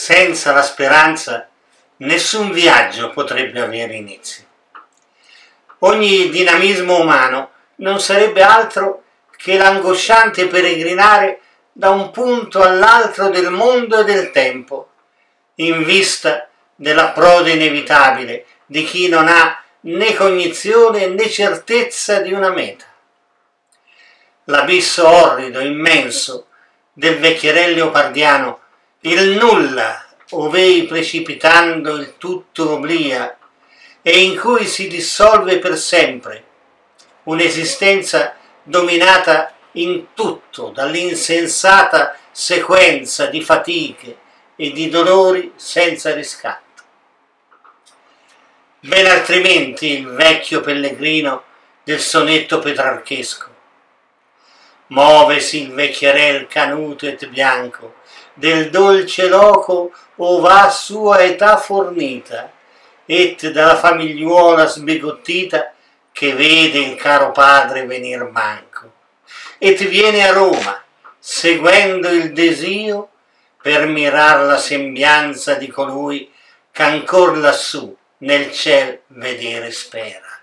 Senza la speranza nessun viaggio potrebbe avere inizio. Ogni dinamismo umano non sarebbe altro che l'angosciante peregrinare da un punto all'altro del mondo e del tempo, in vista dell'approdo inevitabile di chi non ha né cognizione né certezza di una meta. L'abisso orrido, immenso, del vecchierel leopardiano, il nulla, ov'ei precipitando il tutto oblia, e in cui si dissolve per sempre un'esistenza dominata in tutto dall'insensata sequenza di fatiche e di dolori senza riscatto. Ben altrimenti il vecchio pellegrino del sonetto petrarchesco. Muovesi il vecchierel canuto et bianco, del dolce loco ov'ha sua età fornita, et dalla famigliuola sbigottita che vede il caro padre venir manco, et viene a Roma, seguendo il desio, per mirar la sembianza di colui ch'ancor lassù nel ciel vedere spera.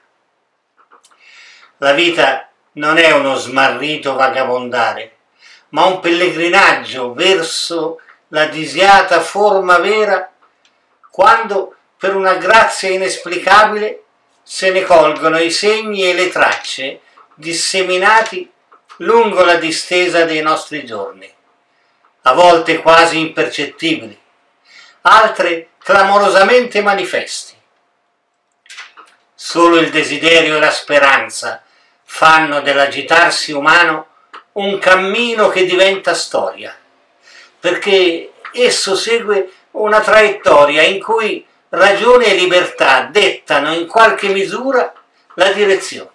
La vita non è uno smarrito vagabondare, ma un pellegrinaggio verso la disiata forma vera, quando per una grazia inesplicabile se ne colgono i segni e le tracce disseminati lungo la distesa dei nostri giorni, a volte quasi impercettibili, altre clamorosamente manifesti. Solo il desiderio e la speranza fanno dell'agitarsi umano un cammino che diventa storia, perché esso segue una traiettoria in cui ragione e libertà dettano in qualche misura la direzione.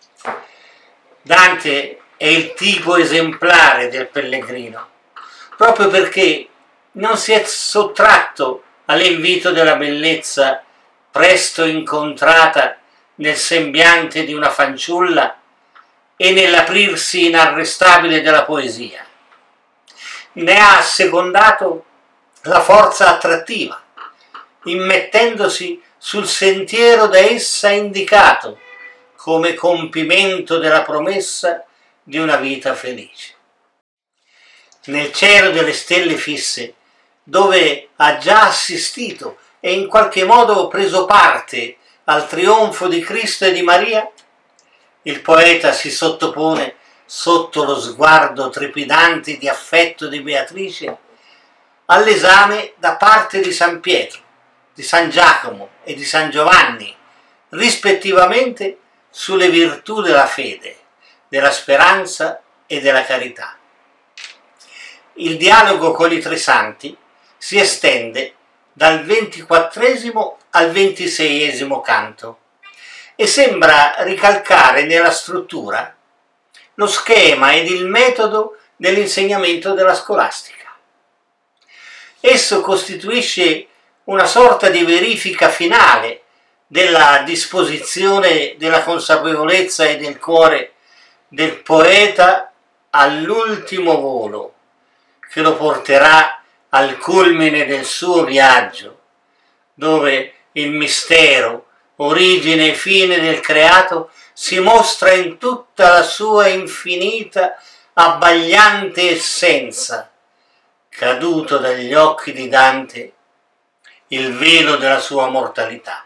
Dante è il tipo esemplare del pellegrino, proprio perché non si è sottratto all'invito della bellezza presto incontrata nel sembiante di una fanciulla e nell'aprirsi inarrestabile della poesia. Ne ha assecondato la forza attrattiva, immettendosi sul sentiero da essa indicato come compimento della promessa di una vita felice. Nel cielo delle stelle fisse, dove ha già assistito e in qualche modo preso parte al trionfo di Cristo e di Maria, il poeta si sottopone sotto lo sguardo trepidante di affetto di Beatrice all'esame da parte di San Pietro, di San Giacomo e di San Giovanni, rispettivamente sulle virtù della fede, della speranza e della carità. Il dialogo con i tre santi si estende dal 24° al 26° canto e sembra ricalcare nella struttura lo schema ed il metodo dell'insegnamento della scolastica. Esso costituisce una sorta di verifica finale della disposizione della consapevolezza e del cuore del poeta all'ultimo volo che lo porterà al culmine del suo viaggio, dove il mistero, origine e fine del creato, si mostra in tutta la sua infinita, abbagliante essenza, caduto dagli occhi di Dante il velo della sua mortalità.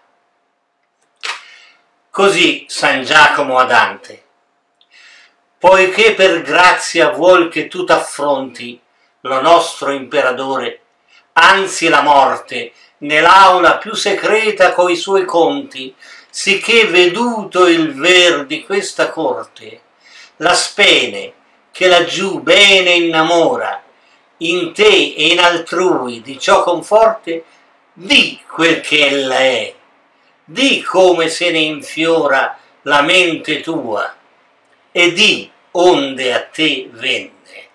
Così San Giacomo a Dante: poiché per grazia vuol che tu t'affronti lo nostro imperatore, anzi la morte, nell'aula più secreta coi suoi conti, sicché veduto il ver di questa corte, la spene che laggiù bene innamora, in te e in altrui di ciò conforte, di quel che ella è, di come se ne infiora la mente tua, e di onde a te venne.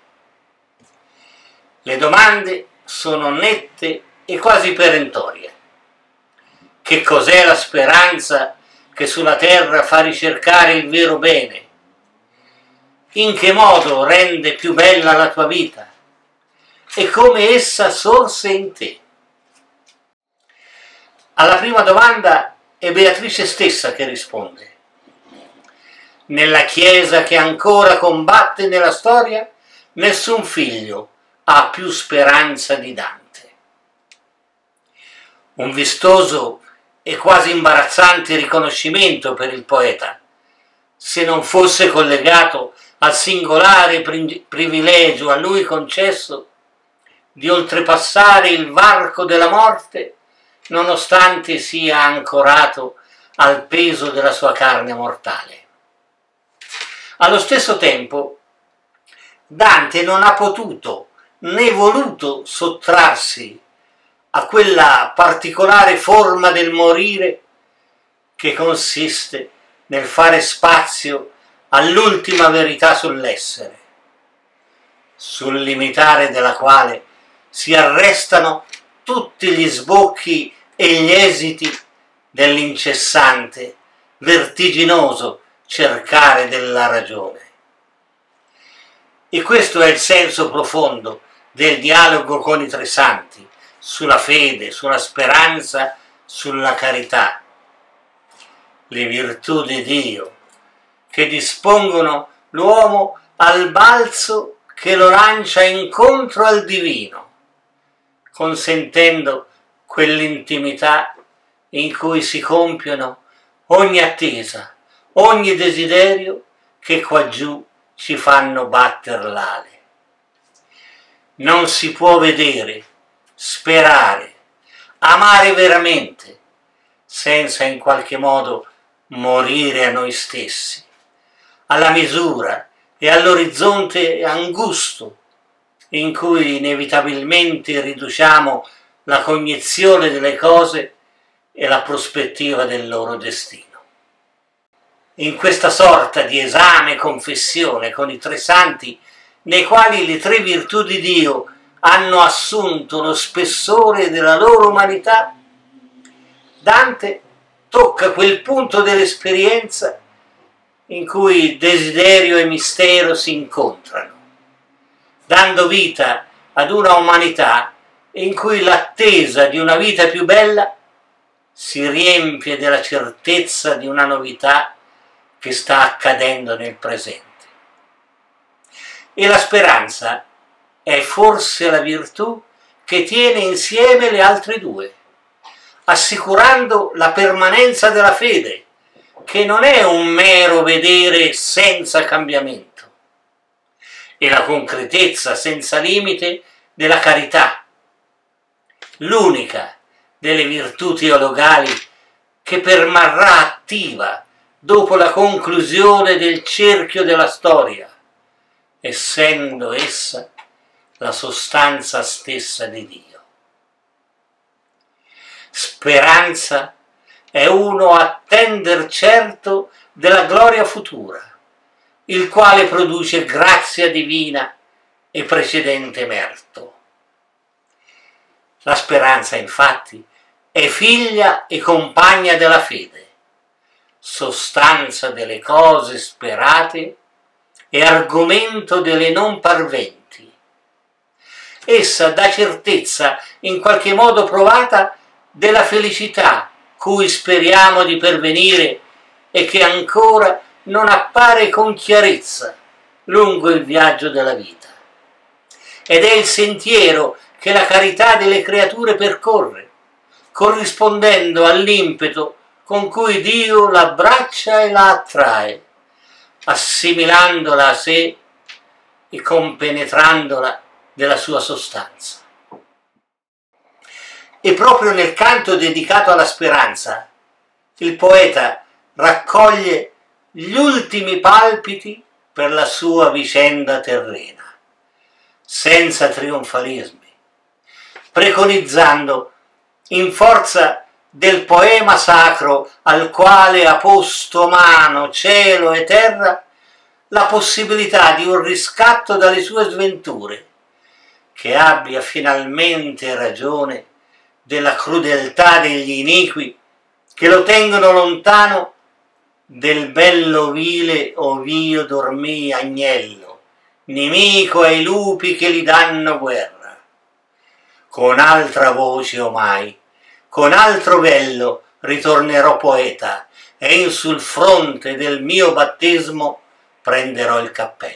Le domande sono nette e quasi perentorie. Che cos'è la speranza che sulla terra fa ricercare il vero bene? In che modo rende più bella la tua vita? E come essa sorse in te? Alla prima domanda è Beatrice stessa che risponde. Nella Chiesa che ancora combatte nella storia, nessun figlio ha più speranza di Dante. Un vistoso e quasi imbarazzante riconoscimento per il poeta, se non fosse collegato al singolare privilegio a lui concesso di oltrepassare il varco della morte, nonostante sia ancorato al peso della sua carne mortale. Allo stesso tempo, Dante non ha potuto né voluto sottrarsi a quella particolare forma del morire che consiste nel fare spazio all'ultima verità sull'essere, sul limitare della quale si arrestano tutti gli sbocchi e gli esiti dell'incessante, vertiginoso cercare della ragione. E questo è il senso profondo del dialogo con i tre santi, sulla fede, sulla speranza, sulla carità. Le virtù di Dio che dispongono l'uomo al balzo che lo lancia incontro al divino, consentendo quell'intimità in cui si compiono ogni attesa, ogni desiderio che quaggiù ci fanno batter l'ale. Non si può vedere, sperare, amare veramente, senza in qualche modo morire a noi stessi, alla misura e all'orizzonte angusto in cui inevitabilmente riduciamo la cognizione delle cose e la prospettiva del loro destino. In questa sorta di esame confessione con i tre santi, nei quali le tre virtù di Dio hanno assunto lo spessore della loro umanità, Dante tocca quel punto dell'esperienza in cui desiderio e mistero si incontrano, dando vita ad una umanità in cui l'attesa di una vita più bella si riempie della certezza di una novità che sta accadendo nel presente. E la speranza è forse la virtù che tiene insieme le altre due, assicurando la permanenza della fede, che non è un mero vedere senza cambiamento, e la concretezza senza limite della carità, l'unica delle virtù teologali che permarrà attiva dopo la conclusione del cerchio della storia, essendo essa la sostanza stessa di Dio. Speranza è uno attender certo della gloria futura, il quale produce grazia divina e precedente merito. La speranza, infatti, è figlia e compagna della fede, sostanza delle cose sperate e argomento delle non parventi. Essa dà certezza, in qualche modo provata, della felicità cui speriamo di pervenire e che ancora non appare con chiarezza lungo il viaggio della vita. Ed è il sentiero che la carità delle creature percorre, corrispondendo all'impeto con cui Dio l'abbraccia e la attrae, assimilandola a sé e compenetrandola della sua sostanza. E proprio nel canto dedicato alla speranza, il poeta raccoglie gli ultimi palpiti per la sua vicenda terrena, senza trionfalismi, preconizzando, in forza del poema sacro al quale ha posto mano cielo e terra, la possibilità di un riscatto dalle sue sventure, che abbia finalmente ragione della crudeltà degli iniqui che lo tengono lontano del bello vile ov'io dormì agnello, nemico ai lupi che gli danno guerra. Con altra voce omai, con altro vello ritornerò poeta e in sul fronte del mio battesimo prenderò il cappello.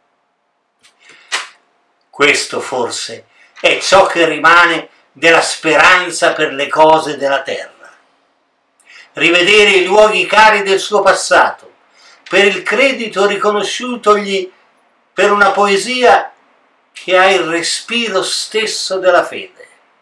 Questo forse è ciò che rimane della speranza per le cose della terra. Rivedere i luoghi cari del suo passato, per il credito riconosciutogli per una poesia che ha il respiro stesso della fede.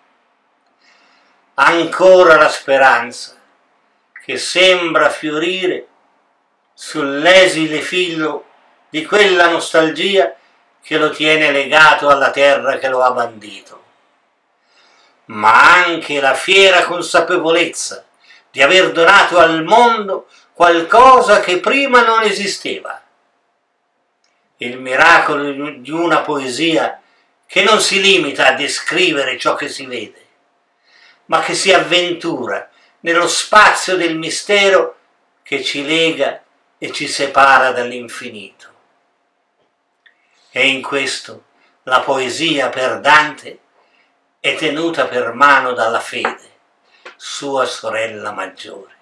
Ancora la speranza che sembra fiorire sull'esile filo di quella nostalgia che lo tiene legato alla terra che lo ha bandito, ma anche la fiera consapevolezza di aver donato al mondo qualcosa che prima non esisteva. Il miracolo di una poesia che non si limita a descrivere ciò che si vede, ma che si avventura nello spazio del mistero che ci lega e ci separa dall'infinito. E in questo la poesia per Dante è tenuta per mano dalla fede, sua sorella maggiore.